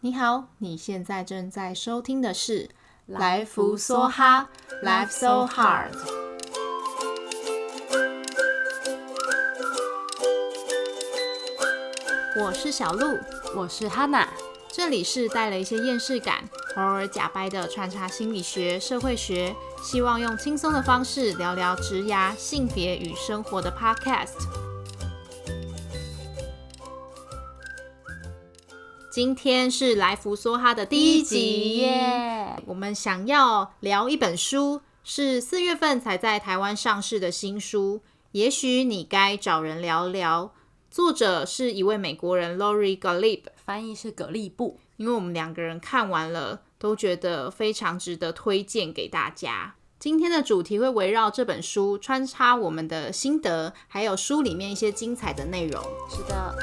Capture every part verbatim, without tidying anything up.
你好，你现在正在收听的是来福梭哈 Life So Hard。 我是小鹿， 我是哈娜， 这里是带了一些厌世感，偶尔假掰的穿插心理学、社会学，希望用轻松的方式聊聊职涯、性别与生活的 Podcast。今天是来福梭哈的第一集耶！ Yeah! 我们想要聊一本书，是四月份才在台湾上市的新书，也许你该找人聊聊。作者是一位美国人 Lori Golub， 翻译是葛利布。 因为我们两个人看完了，都觉得非常值得推荐给大家。今天的主题会围绕这本书，穿插我们的心得，还有书里面一些精彩的内容。 是的。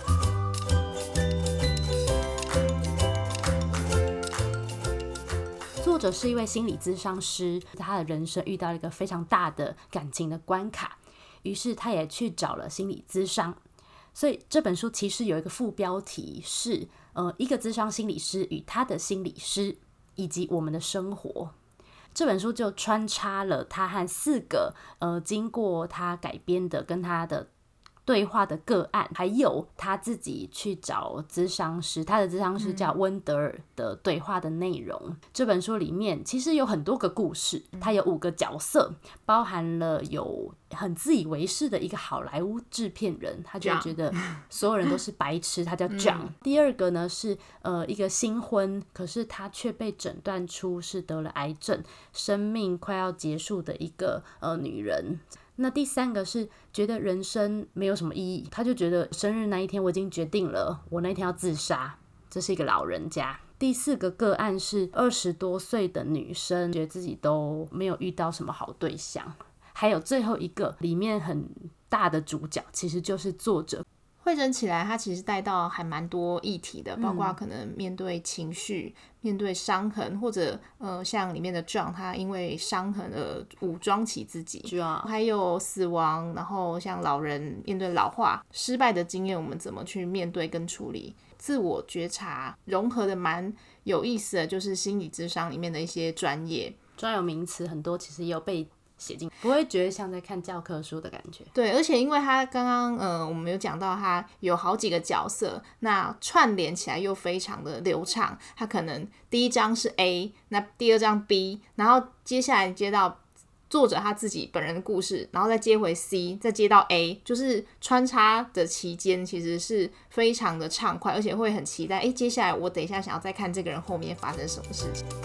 作者是一位心理咨商师，他的人生遇到了一个非常大的感情的关卡，于是他也去找了心理咨商。所以这本书其实有一个副标题是呃，一个咨商心理师与他的心理师以及我们的生活。这本书就穿插了他和四个呃经过他改编的跟他的对话的个案，还有他自己去找咨商师，他的咨商师叫温德尔的对话的内容。嗯、这本书里面其实有很多个故事，它有五个角色，包含了有很自以为是的一个好莱坞制片人，他就觉得所有人都是白痴，他叫 John。嗯、第二个呢是呃一个新婚，可是他却被诊断出是得了癌症，生命快要结束的一个呃女人。那第三个是觉得人生没有什么意义，他就觉得生日那一天我已经决定了，我那一天要自杀，这是一个老人家。第四个个案是二十多岁的女生，觉得自己都没有遇到什么好对象。还有最后一个里面很大的主角其实就是作者。 汇整起来，它其实带到还蛮多议题的，包括可能面对情绪、嗯、面对伤痕，或者呃，像里面的 John， 他因为伤痕而武装起自己，还有死亡，然后像老人面对老化、失败的经验，我们怎么去面对跟处理，自我觉察融合的蛮有意思的，就是心理咨商里面的一些专业专有名词很多，其实也有被写进，不会觉得像在看教科书的感觉。 对，而且因为他刚刚呃，我们有讲到他有好几个角色，那串联起来又非常的流畅。他可能第一章是 A， 那第二章 B， 然后接下来接到作者他自己本人的故事，然后再接回 C， 再接到 A， 就是穿插的期间其实是非常的畅快，而且会很期待，哎，接下来我等一下想要再看这个人后面发生什么事情。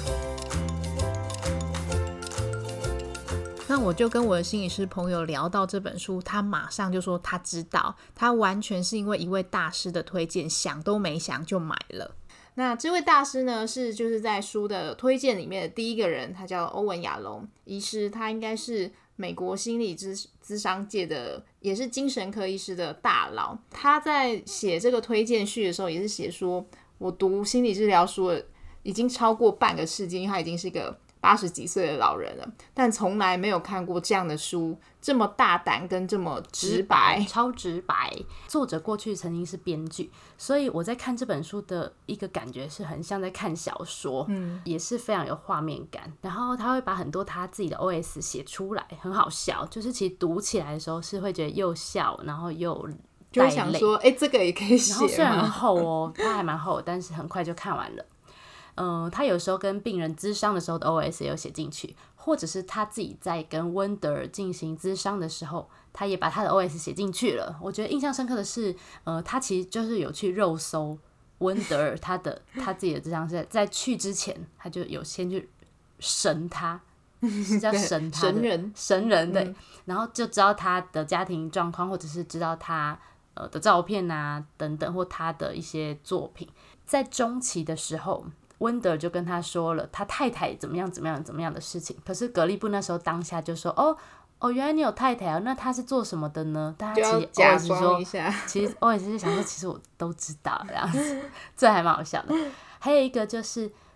那我就跟我的心理师朋友聊到这本书，他马上就说他知道，他完全是因为一位大师的推荐，想都没想就买了。那这位大师呢，是就是在书的推荐里面的第一个人，他叫欧文亚龙医师，他应该是美国心理咨商界的，也是精神科医师的大佬。他在写这个推荐序的时候，也是写说，我读心理治疗书已经超过半个世纪，因为他已经是一个八十几岁的老人了，但从来没有看过这样的书，这么大胆跟这么直白， 超直白。作者过去曾经是编剧，所以我在看这本书的一个感觉是很像在看小说，嗯，也是非常有画面感。然后他会把很多他自己的 O S 写出来，很好笑，就是其实读起来的时候是会觉得又笑，然后又就会想说，哎、欸，这个也可以写吗？ 然后虽然很厚哦，它还蛮厚，但是很快就看完了。呃，他有时候跟病人咨商的时候的 O S 也有写进去，或者是他自己在跟温德尔进行咨商的时候，他也把他的 O S 写进去了。我觉得印象深刻的是，呃，他其实就是有去肉搜温德尔他的他自己的咨商师，在去之前他就有先去神他，是叫神他的神人神人对、嗯，然后就知道他的家庭状况，或者是知道他呃的照片啊等等，或他的一些作品。在中期的时候，温德尔就跟他说了他太太怎么样怎么样怎么样的事情，可是葛利布那时候当下就说哦哦，原来你有太太哦，那他是做什么的呢？但他其实 O S 说，其实 O S 是想说，其实我都知道这样子，这还蛮好笑的。还有一个就是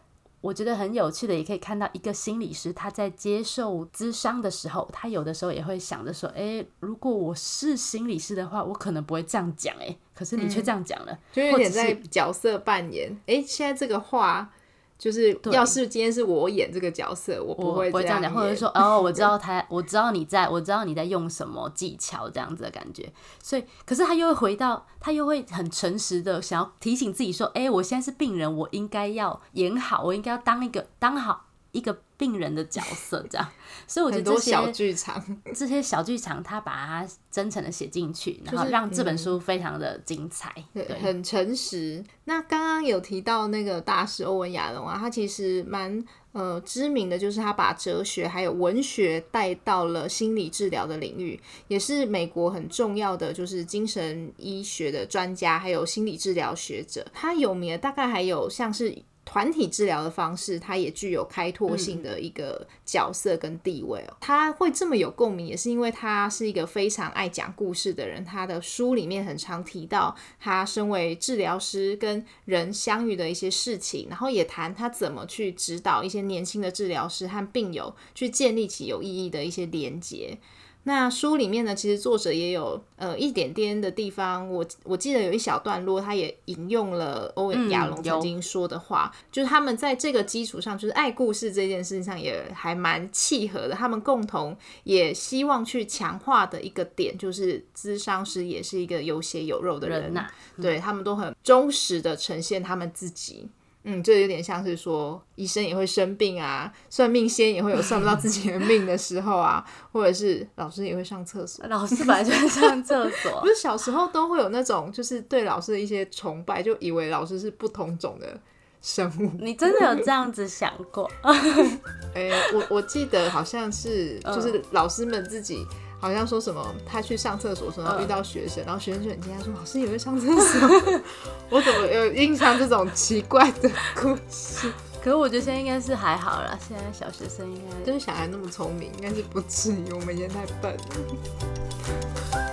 我觉得很有趣的，也可以看到一个心理师他在接受咨商的时候，他有的时候也会想着说，哎，如果我是心理师的话，我可能不会这样讲，哎，可是你却这样讲了， 嗯，就有点在角色扮演。哎，现在这个话就是要是今天是我演这个角色，我不会这样演， 或者说哦，我知道他，我知道你在，我知道你在用什么技巧，这样子的感觉。所以，可是他又会回到，他又会很诚实的想要提醒自己说，哎，我现在是病人，我应该要演好，我应该要当一个当好一个病人的角色，这样。所以我觉得这些很多小剧场， 这些小剧场，他把它真诚的写进去，然后让这本书非常的精彩， 对，很诚实。那刚刚有提到那个大师欧文亚龙啊，他其实蛮呃知名的，就是他把哲学还有文学带到了心理治疗的领域，也是美国很重要的就是精神医学的专家，还有心理治疗学者。他有名的大概还有像是团体治疗的方式，它也具有开拓性的一个角色跟地位哦。他会这么有共鸣，也是因为他是一个非常爱讲故事的人。他的书里面很常提到他身为治疗师跟人相遇的一些事情，然后也谈他怎么去指导一些年轻的治疗师和病友去建立起有意义的一些连结。那书里面呢，其实作者也有呃一点点的地方，我我记得有一小段落，他也引用了欧文亚龙曾经说的话，嗯、就是他们在这个基础上，就是爱故事这件事情上也还蛮契合的。他们共同也希望去强化的一个点，就是諮商师也是一个有血有肉的人，人啊嗯、对他们都很忠实的呈现他们自己。嗯，这有点像是说医生也会生病啊，算命仙也会有算不到自己的命的时候啊，或者是老师也会上厕所， 老师本来就会上厕所不是小时候都会有那种就是对老师的一些崇拜，就以为老师是不同种的生物。 你真的有这样子想过？ 欸、我我记得好像是就是老师们自己好像说什么他去上厕所的时候，然后遇到学生，然后学生就很惊讶说老师也会上厕所我怎么有印象这种奇怪的故事？ 可是我觉得现在应该是还好啦，现在小学生应该就是小孩那么聪明，应该是不至于，我们以前太笨了。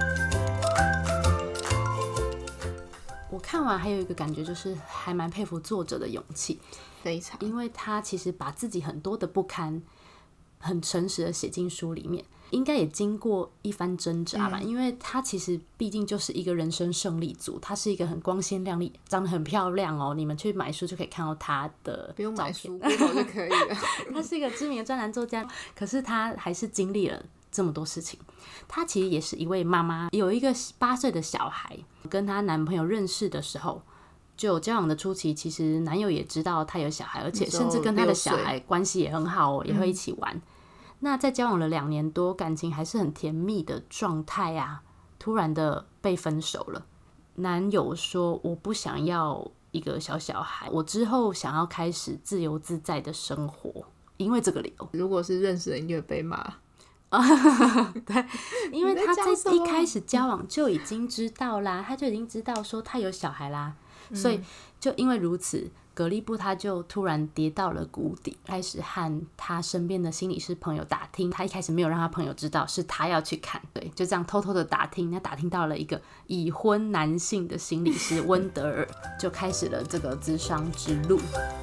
我看完还有一个感觉就是还蛮佩服作者的勇气， 非常， 因为他其实把自己很多的不堪很诚实的写进书里面，应该也经过一番挣扎吧、嗯、因为他其实毕竟就是一个人生胜利组，他是一个很光鲜亮丽，长得很漂亮哦，你们去买书就可以看到他的， 不用买书 Google 就可以了他是一个知名的专栏作家，可是他还是经历了这么多事情。她其实也是一位妈妈，有一个八岁的小孩，跟她男朋友认识的时候，就交往的初期，其实男友也知道她有小孩，而且甚至跟她的小孩关系也很好哦，也会一起玩、嗯、那在交往了两年多，感情还是很甜蜜的状态啊，突然的被分手了。男友说我不想要一个小小孩，我之后想要开始自由自在的生活，因为这个理由。 如果是认识人就会被骂对，因为他在一开始交往就已经知道啦，他就已经知道说他有小孩啦、嗯、所以就因为如此，格利布他就突然跌到了谷底，开始和他身边的心理师朋友打听，他一开始没有让他朋友知道是他要去看，对，就这样偷偷的打听，他打听到了一个已婚男性的心理师温德尔，就开始了这个諮商之路。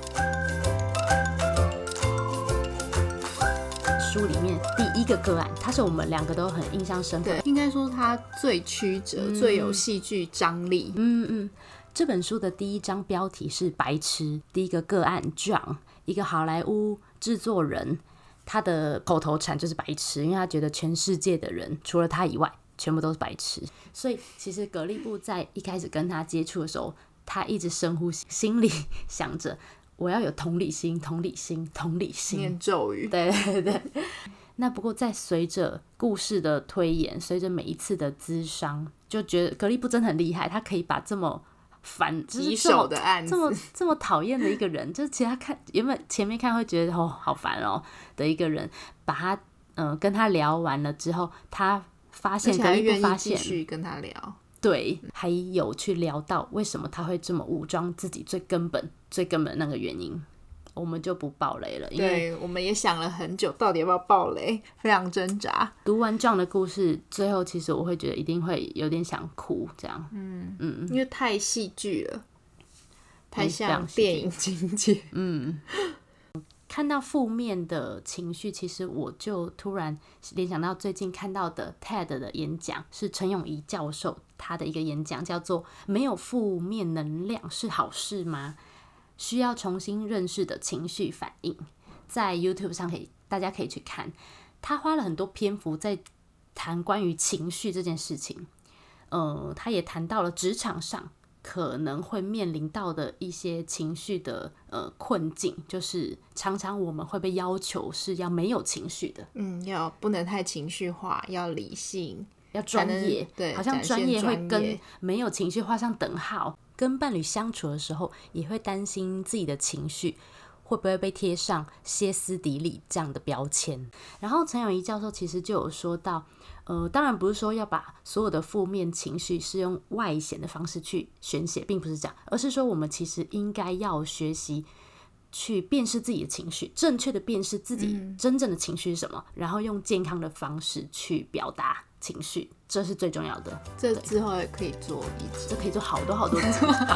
书里面第一个个案，他是我们两个都很印象深刻， 对，应该说他最曲折、嗯、最有戏剧张力。 嗯嗯，这本书的第一章标题是白痴。第一个个案 John， 一个好莱坞制作人，他的口头禅就是白痴，因为他觉得全世界的人除了他以外全部都是白痴。所以其实格利布在一开始跟他接触的时候，他一直深呼吸，心里想着我要有同理心，同理心，同理心， 念咒语。 对对对。那不过在随着故事的推演，随着每一次的諮商，就觉得格利布真的很厉害，他可以把这么烦、 棘手的案子， 这么这么讨厌的一个人，就是其实他看原本前面看会觉得哦好烦哦的一个人，把他嗯、呃、跟他聊完了之后，他发现格利布发现继续跟他聊。 对，还有去聊到为什么他会这么武装自己最根本最根本的那个原因，我们就不爆雷了。因为对，我们也想了很久到底要不要爆雷，非常挣扎。 读完这样的故事最后，其实我会觉得一定会有点想哭这样。 嗯嗯，因为太戏剧了， 太像电影情节。 嗯，看到负面的情绪，其实我就突然联想到最近看到的 T E D 的演讲，是陈永仪教授他的一个演讲，叫做没有负面能量是好事吗？需要重新认识的情绪反应，在 YouTube 上可以大家可以去看。他花了很多篇幅在谈关于情绪这件事情，呃，他也谈到了职场上可能会面临到的一些情绪的呃困境，就是常常我们会被要求是要没有情绪的， 嗯，要不能太情绪化，要理性， 要专业， 对， 好像专业会跟没有情绪画上等号。跟伴侣相处的时候，也会担心自己的情绪会不会被贴上歇斯底里这样的标签。然后陈永仪教授其实就有说到，呃，当然不是说要把所有的负面情绪是用外显的方式去宣泄，并不是这样，而是说我们其实应该要学习去辨识自己的情绪，正确的辨识自己真正的情绪是什么，嗯、然后用健康的方式去表达情绪，这是最重要的。 这之后也可以做一集， 这可以做好多好多集。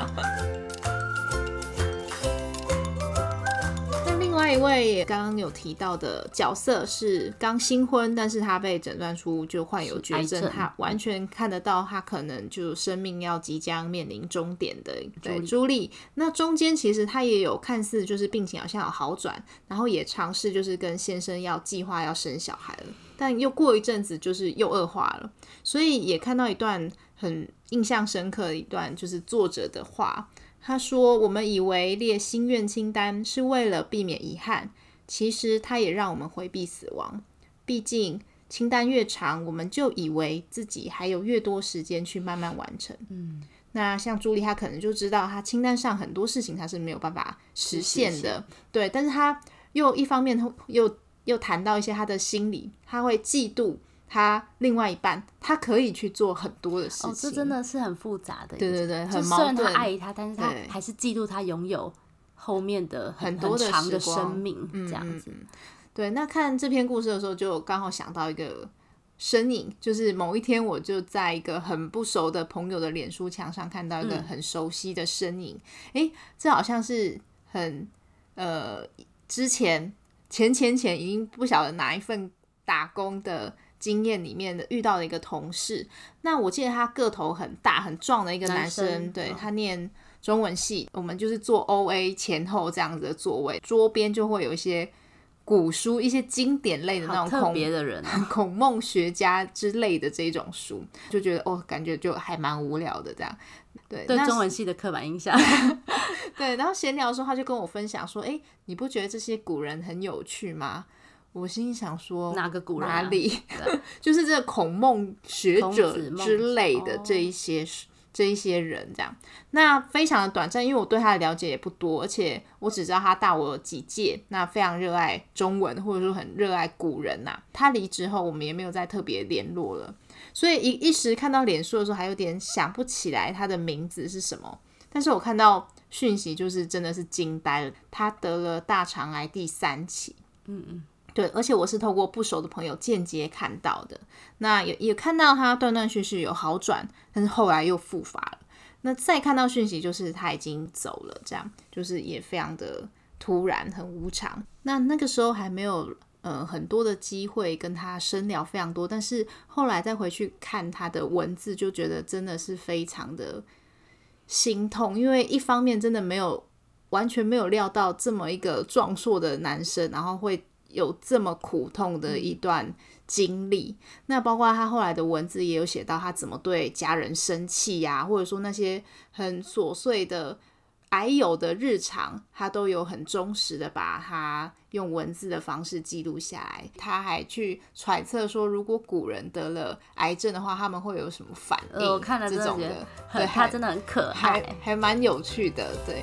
另外一位刚刚有提到的角色是刚新婚，但是他被诊断出就患有绝症，他完全看得到他可能就生命要即将面临终点的对朱莉。那中间其实他也有看似就是病情好像有好转，然后也尝试就是跟先生要计划要生小孩了，但又过一阵子就是又恶化了，所以也看到一段很印象深刻的一段就是作者的话。他说，我们以为列心愿清单是为了避免遗憾，其实它也让我们回避死亡。毕竟清单越长，我们就以为自己还有越多时间去慢慢完成。嗯，那像朱莉，她可能就知道她清单上很多事情她是没有办法实现的，对，但是她又一方面又又谈到一些她的心理，她会嫉妒他另外一半，他可以去做很多的事情。哦， 这真的是很复杂的。 对对对，很矛盾。 虽然他爱他，但是他还是嫉妒他拥有后面的 很, 很多的长的生命，这样子。 嗯嗯嗯对，那看这篇故事的时候，就刚好想到一个身影，就是某一天我就在一个很不熟的朋友的脸书墙上看到一个很熟悉的身影。哎、嗯，这好像是很呃之前前前前已经不晓得哪一份打工的经验里面的遇到的一个同事。那我记得他个头很大很壮的一个男生，男生对、哦、他念中文系，我们就是坐 O A 前后这样子的座位，桌边就会有一些古书，一些经典类的那种特别的人、啊、 孔孟学家之类的这种书，就觉得哦，感觉就还蛮无聊的这样。对， 对中文系的刻板印象。 对，然后闲聊的时候他就跟我分享说，哎，你不觉得这些古人很有趣吗？我心里想说， 哪个古人、啊、 哪里？就是这个孔孟学者之类的这一些、哦、这一些人这样。那非常的短暂，因为我对他的了解也不多，而且我只知道他大我几届，那非常热爱中文，或者说很热爱古人呐、啊。他离职后，我们也没有再特别联络了，所以一一时看到脸书的时候，还有点想不起来他的名字是什么。但是我看到讯息，就是真的是惊呆了，他得了大肠癌第三期。嗯嗯。对，而且我是透过不熟的朋友间接看到的，那 也, 也看到他断断续续有好转，但是后来又复发了。那再看到讯息就是他已经走了，这样就是也非常的突然，很无常。那那个时候还没有呃很多的机会跟他深聊非常多，但是后来再回去看他的文字，就觉得真的是非常的心痛，因为一方面真的没有完全没有料到这么一个壮硕的男生，然后会有这么苦痛的一段经历、嗯、那包括他后来的文字也有写到他怎么对家人生气啊，或者说那些很琐碎的癌友的日常，他都有很忠实的把他用文字的方式记录下来。他还去揣测说，如果古人得了癌症的话，他们会有什么反应、呃、 我看了真的觉得对， 他真的很可爱， 还还蛮有趣的。对，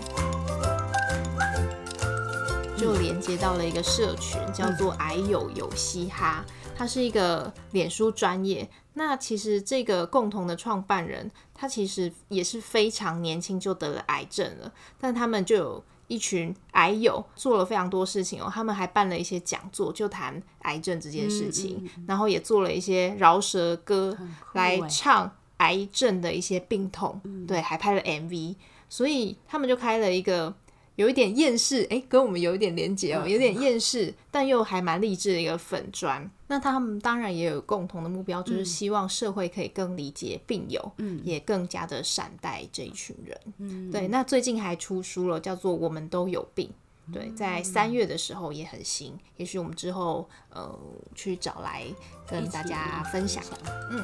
就连接到了一个社群叫做癌友有嘻哈，它是一个脸书专页。那其实这个共同的创办人，他其实也是非常年轻就得了癌症了，但他们就有一群癌友做了非常多事情哦，他们还办了一些讲座，就谈癌症这件事情、嗯嗯、然后也做了一些饶舌歌来唱癌症的一些病痛、嗯、对，还拍了 M V。 所以他们就开了一个有一点厌世，诶，跟我们有一点连结哦，有点厌世但又还蛮励志的一个粉专。那他们当然也有共同的目标，就是希望社会可以更理解病友，嗯，也更加的善待这一群人。嗯，对。那最近还出书了，叫做《我们都有病》。对，在三月的时候也很新，也许我们之后呃去找来跟大家分享。嗯。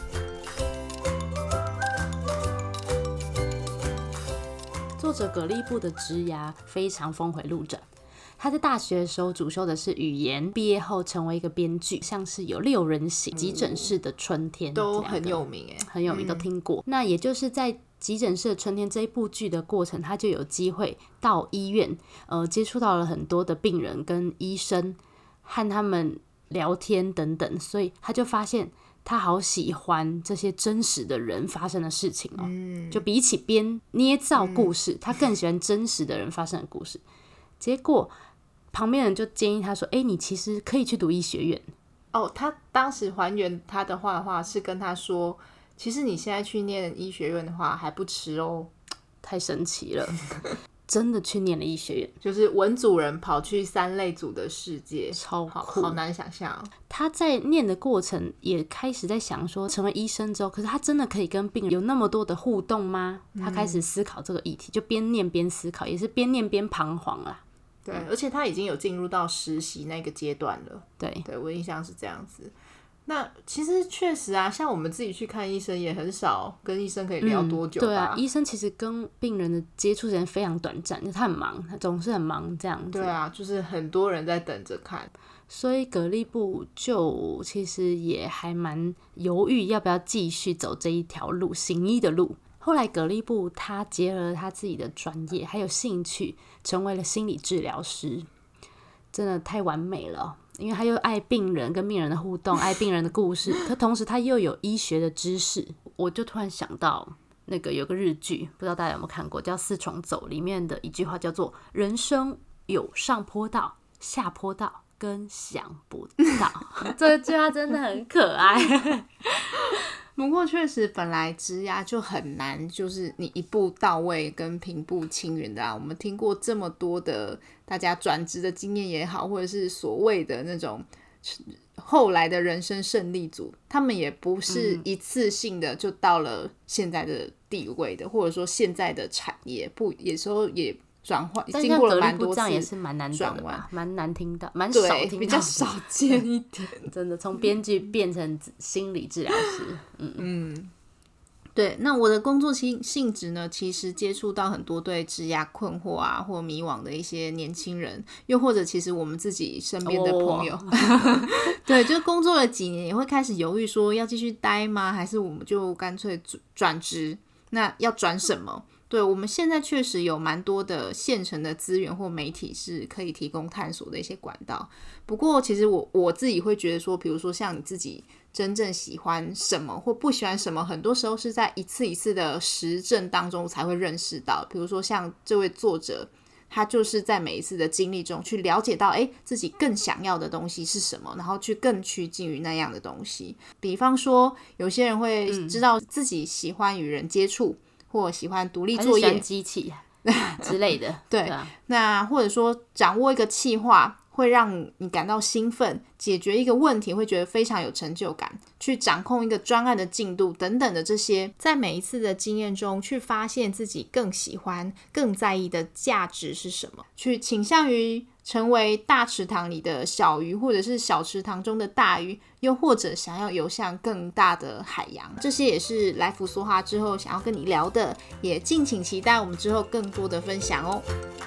作者葛利布的职涯非常峰回路转。他在大学的时候主修的是语言，毕业后成为一个编剧，像是有六人行、急诊室的春天都很有名耶， 很有名，都听过。嗯、那也就是在急诊室的春天这一部剧的过程，他就有机会到医院，呃，接触到了很多的病人跟医生，和他们聊天等等，所以他就发现他好喜欢这些真实的人发生的事情哦，嗯、就比起编捏造故事，嗯、他更喜欢真实的人发生的故事。结果旁边人就建议他说：“哎、欸，你其实可以去读医学院。” 哦，他当时还原他的话的话是跟他说：“其实你现在去念医学院的话还不迟哦。” 太神奇了，真的去念了医学院， 就是文组人跑去三类组的世界， 超酷， 好, 好难想象、哦。 他在念的过程也开始在想说，成为医生之后，可是他真的可以跟病人有那么多的互动吗？嗯、他开始思考这个议题，就边念边思考，也是边念边彷徨啦。 对，而且他已经有进入到实习那个阶段了。 对， 对我印象是这样子。那其实确实啊，像我们自己去看医生，也很少跟医生可以聊多久吧、嗯、 对啊，医生其实跟病人的接触时间非常短暂，他很忙，他总是很忙这样子。 对啊，就是很多人在等着看。 所以葛利布就其实也还蛮犹豫要不要继续走这一条路，行医的路。后来葛利布他结合了他自己的专业还有兴趣，成为了心理治疗师，真的太完美了。因为他又爱病人跟病人的互动，爱病人的故事，可同时他又有医学的知识。我就突然想到那个有个日剧，不知道大家有没有看过，叫《四重奏》，里面的一句话叫做人生有上坡道、下坡道跟想不到这句话真的很可爱。 不过确实本来职涯就很难，就是你一步到位跟平步青云的啊。我们听过这么多的大家转职的经验也好，或者是所谓的那种后来的人生胜利组，他们也不是一次性的就到了现在的地位的，嗯、或者说现在的产业，不，有时候也转换，经过了蛮多次， 这样也是蛮难得的吧，蛮难听到，蛮少听到， 比较少见一点。 真的，从编剧变成心理治疗师，嗯嗯，对。那我的工作性性质呢，其实接触到很多对职业困惑啊或迷惘的一些年轻人，又或者其实我们自己身边的朋友，哦、对，就工作了几年，也会开始犹豫说要继续待吗？还是我们就干脆转职？那要转什么？对，我们现在确实有蛮多的现成的资源或媒体是可以提供探索的一些管道。不过其实我我自己会觉得说，比如说像你自己真正喜欢什么或不喜欢什么，很多时候是在一次一次的实证当中才会认识到。比如说像这位作者，他就是在每一次的经历中去了解到，哎，自己更想要的东西是什么，然后去更趋近于那样的东西。比方说有些人会知道自己喜欢与人接触，或喜欢独立作业， 还是机器之类的。 对，对啊，那或者说掌握一个企划，会让你感到兴奋，解决一个问题会觉得非常有成就感，去掌控一个专案的进度等等的这些，在每一次的经验中去发现自己更喜欢更在意的价值是什么，去倾向于成为大池塘里的小鱼，或者是小池塘中的大鱼，又或者想要游向更大的海洋。这些也是来福梭哈之后想要跟你聊的，也敬请期待我们之后更多的分享哦。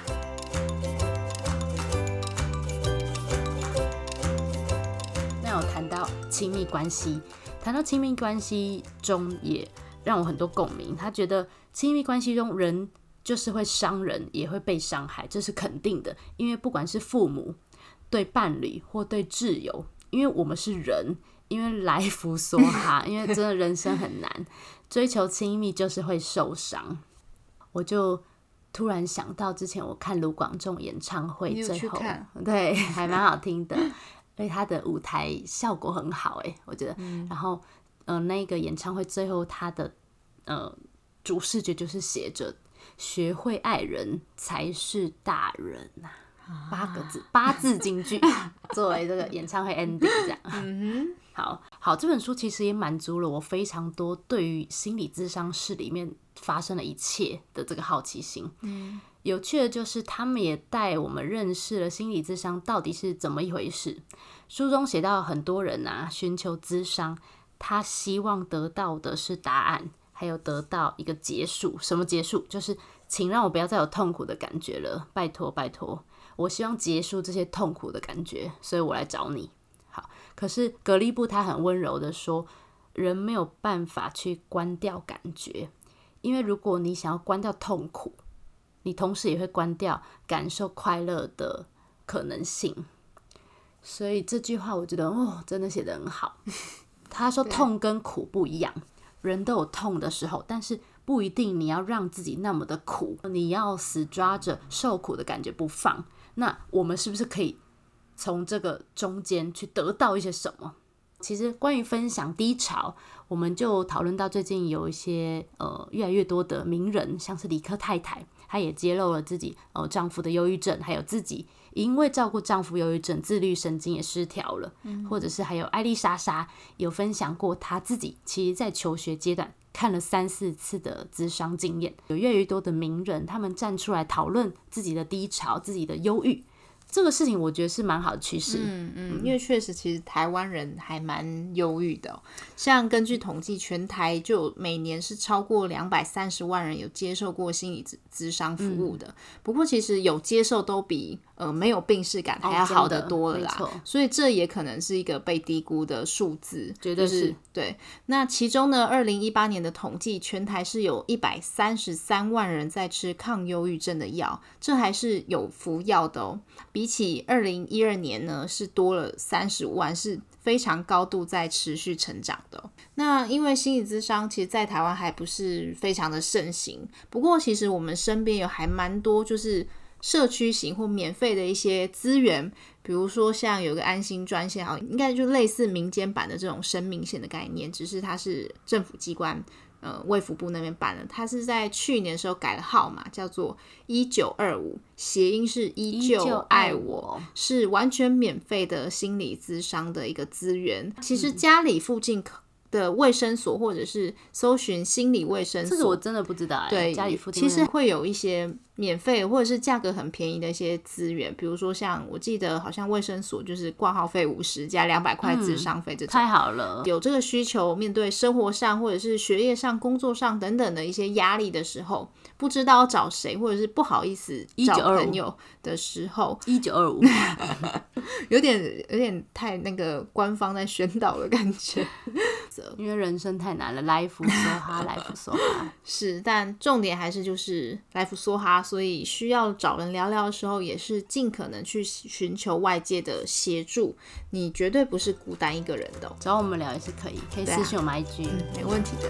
那有谈到亲密关系，谈到亲密关系中也让我很多共鸣。他觉得亲密关系中人就是会伤人，也会被伤害，这是肯定的。因为不管是父母、对伴侣或对挚友，因为我们是人，因为来福梭哈，因为真的人生很难，追求亲密就是会受伤。我就突然想到之前我看卢广仲演唱会，最后对还蛮好听的，因为他的舞台效果很好哎，我觉得。嗯、然后呃，那个演唱会最后他的呃主视觉就是写着学会爱人才是大人啊。八个字，八字金句，作为这个演唱会 ending 这样。嗯哼，好好，这本书其实也满足了我非常多对于心理咨商室里面发生的一切的这个好奇心。嗯，有趣的就是他们也带我们认识了心理咨商到底是怎么一回事。书中写到很多人啊寻求咨商，他希望得到的是答案，还有得到一个结束。什么结束？就是请让我不要再有痛苦的感觉了，拜托拜托，我希望结束这些痛苦的感觉，所以我来找你。好，可是格利布他很温柔的说，人没有办法去关掉感觉，因为如果你想要关掉痛苦，你同时也会关掉感受快乐的可能性。所以这句话我觉得哦，真的写得很好。他说痛跟苦不一样，人都有痛的时候，但是不一定你要让自己那么的苦，你要死抓着受苦的感觉不放。那我们是不是可以从这个中间去得到一些什么？其实关于分享低潮，我们就讨论到最近有一些呃越来越多的名人，像是理科太太，她也揭露了自己呃丈夫的忧郁症，还有自己因为照顾丈夫忧郁症，自律神经也失调了，嗯、或者是还有艾丽莎莎有分享过她自己其实在求学阶段看了三四次的咨商经验。有越来越多的名人，他们站出来讨论自己的低潮、自己的忧郁。这个事情我觉得是蛮好的趋势， 嗯嗯，因为确实其实台湾人还蛮忧郁的、哦，像根据统计，全台就每年是超过两百三十万人有接受过心理咨商服务的、嗯。不过其实有接受都比呃没有病识感还要好得多了啦、哦，所以这也可能是一个被低估的数字， 绝对是、就是、 对。那其中呢，二零一八年的统计，全台是有一百三十三万人在吃抗忧郁症的药，这还是有服药的哦。比起二零一二年呢，是多了三十五万，是非常高度在持续成长的、哦。那因为心理咨商其实在台湾还不是非常的盛行，不过其实我们身边有还蛮多就是社区型或免费的一些资源，比如说像有个安心专线，好，应该就类似民间版的这种生命线的概念，只是它是政府机关呃，卫福部那边办了，他是在去年的时候改了号码，叫做一九二五，谐音是依旧爱我，是完全免费的心理咨商的一个资源。其实家里附近的卫生所或者是搜寻心理卫生所， 这个我真的不知道、欸、对，家里附近其实会有一些免费或者是价格很便宜的一些资源，比如说像我记得好像卫生所就是挂号费五十加两百块咨商费这种、嗯、 太好了。 有这个需求，面对生活上或者是学业上工作上等等的一些压力的时候，不知道找谁或者是不好意思找朋友的时候， 一九二五有点有点太那个官方在宣导的感觉因为人生太难了，来福梭哈来福梭哈是，但重点还是就是来福梭哈，所以需要找人聊聊的时候，也是尽可能去寻求外界的协助，你绝对不是孤单一个人的、哦、 找我们聊也是可以，可以私信我们 I G、啊嗯、没问题的。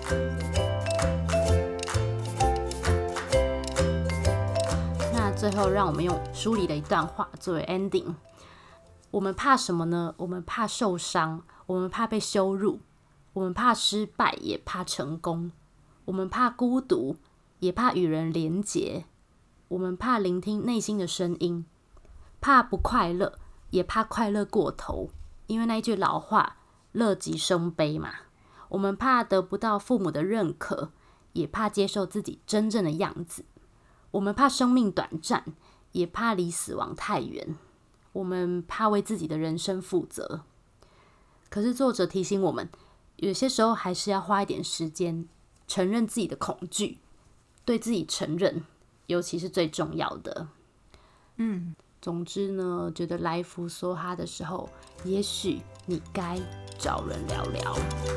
那最后让我们用书里的一段话作为 ending。 我们怕什么呢？我们怕受伤，我们怕被羞辱，我们怕失败，也怕成功，我们怕孤独，也怕与人连结，我们怕聆听内心的声音，怕不快乐，也怕快乐过头，因为那一句老话乐极生悲嘛。我们怕得不到父母的认可，也怕接受自己真正的样子，我们怕生命短暂，也怕离死亡太远，我们怕为自己的人生负责。可是作者提醒我们，有些时候还是要花一点时间承认自己的恐惧，对自己承认，尤其是最重要的。嗯，总之呢，觉得来福梭哈的时候，也许你该找人聊聊。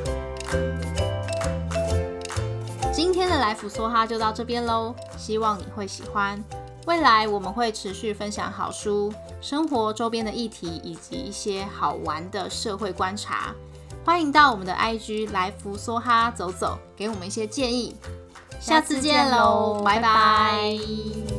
今天的来福梭哈就到这边咯，希望你会喜欢。未来我们会持续分享好书、生活周边的议题以及一些好玩的社会观察。欢迎到我们的 I G 来福梭哈走走，给我们一些建议。下次见喽，拜拜。